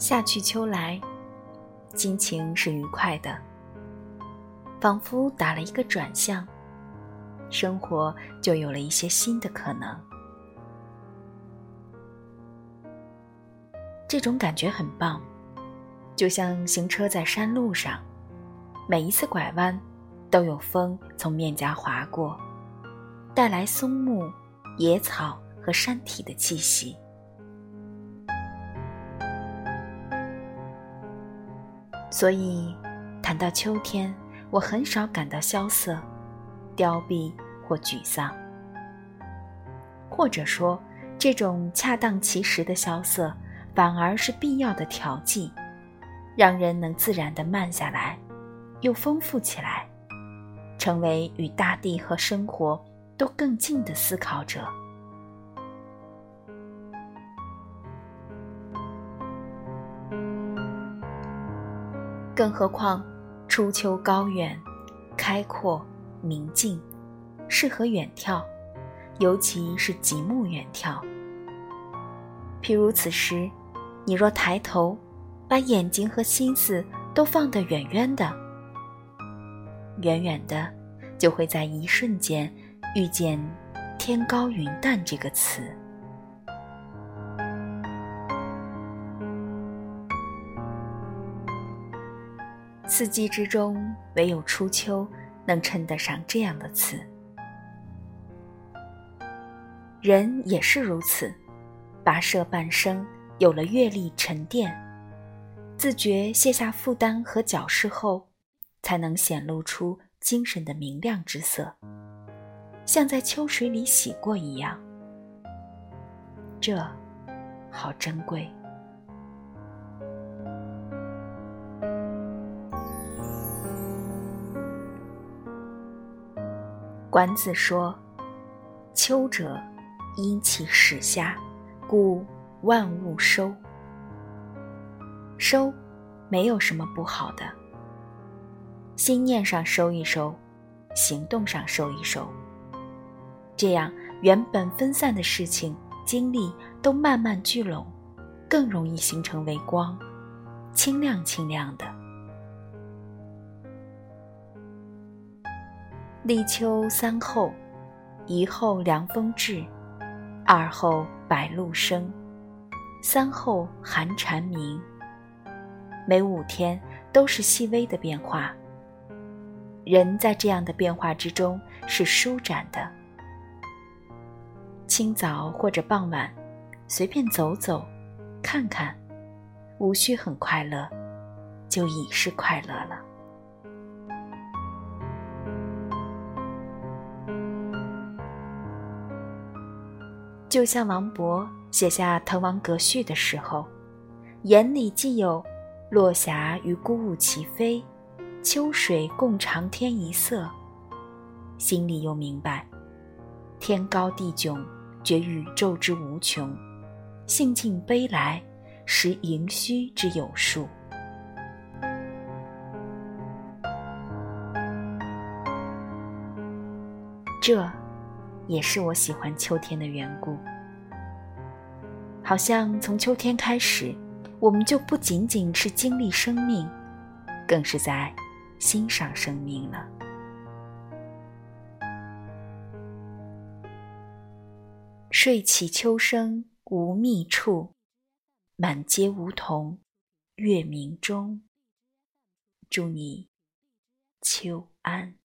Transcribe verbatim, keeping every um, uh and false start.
夏去秋来，心情是愉快的，仿佛打了一个转向，生活就有了一些新的可能。这种感觉很棒，就像行车在山路上，每一次拐弯都有风从面颊划过，带来松木、野草和山体的气息。所以谈到秋天，我很少感到萧瑟、凋敝或沮丧，或者说这种恰当其时的萧瑟反而是必要的调剂，让人能自然地慢下来，又丰富起来，成为与大地和生活都更近的思考者。更何况初秋高远、开阔、明净，适合远眺，尤其是极目远眺。譬如此时，你若抬头，把眼睛和心思都放得远远的，远远的，就会在一瞬间遇见天高云淡这个词。四季之中，唯有初秋能称得上这样的词。人也是如此，跋涉半生，有了阅历沉淀，自觉卸下负担和矫饰后，才能显露出精神的明亮之色，像在秋水里洗过一样。这好珍贵。管子说，秋者阴气始下，故万物收。收没有什么不好的，心念上收一收，行动上收一收，这样原本分散的事情精力都慢慢聚拢，更容易形成微光，清亮清亮的。立秋三候，一候凉风至，二候白露生，三候寒蝉鸣。每五天都是细微的变化，人在这样的变化之中是舒展的。清早或者傍晚，随便走走，看看，无需很快乐，就已是快乐了。就像王勃写下《滕王阁序》的时候，眼里既有落霞与孤鹜齐飞，秋水共长天一色，心里又明白天高地迥，觉宇宙之无穷，兴尽悲来，识盈虚之有数。这也是我喜欢秋天的缘故。好像从秋天开始，我们就不仅仅是经历生命，更是在欣赏生命了。睡起秋声无觅处，满街梧桐月明中。祝你秋安。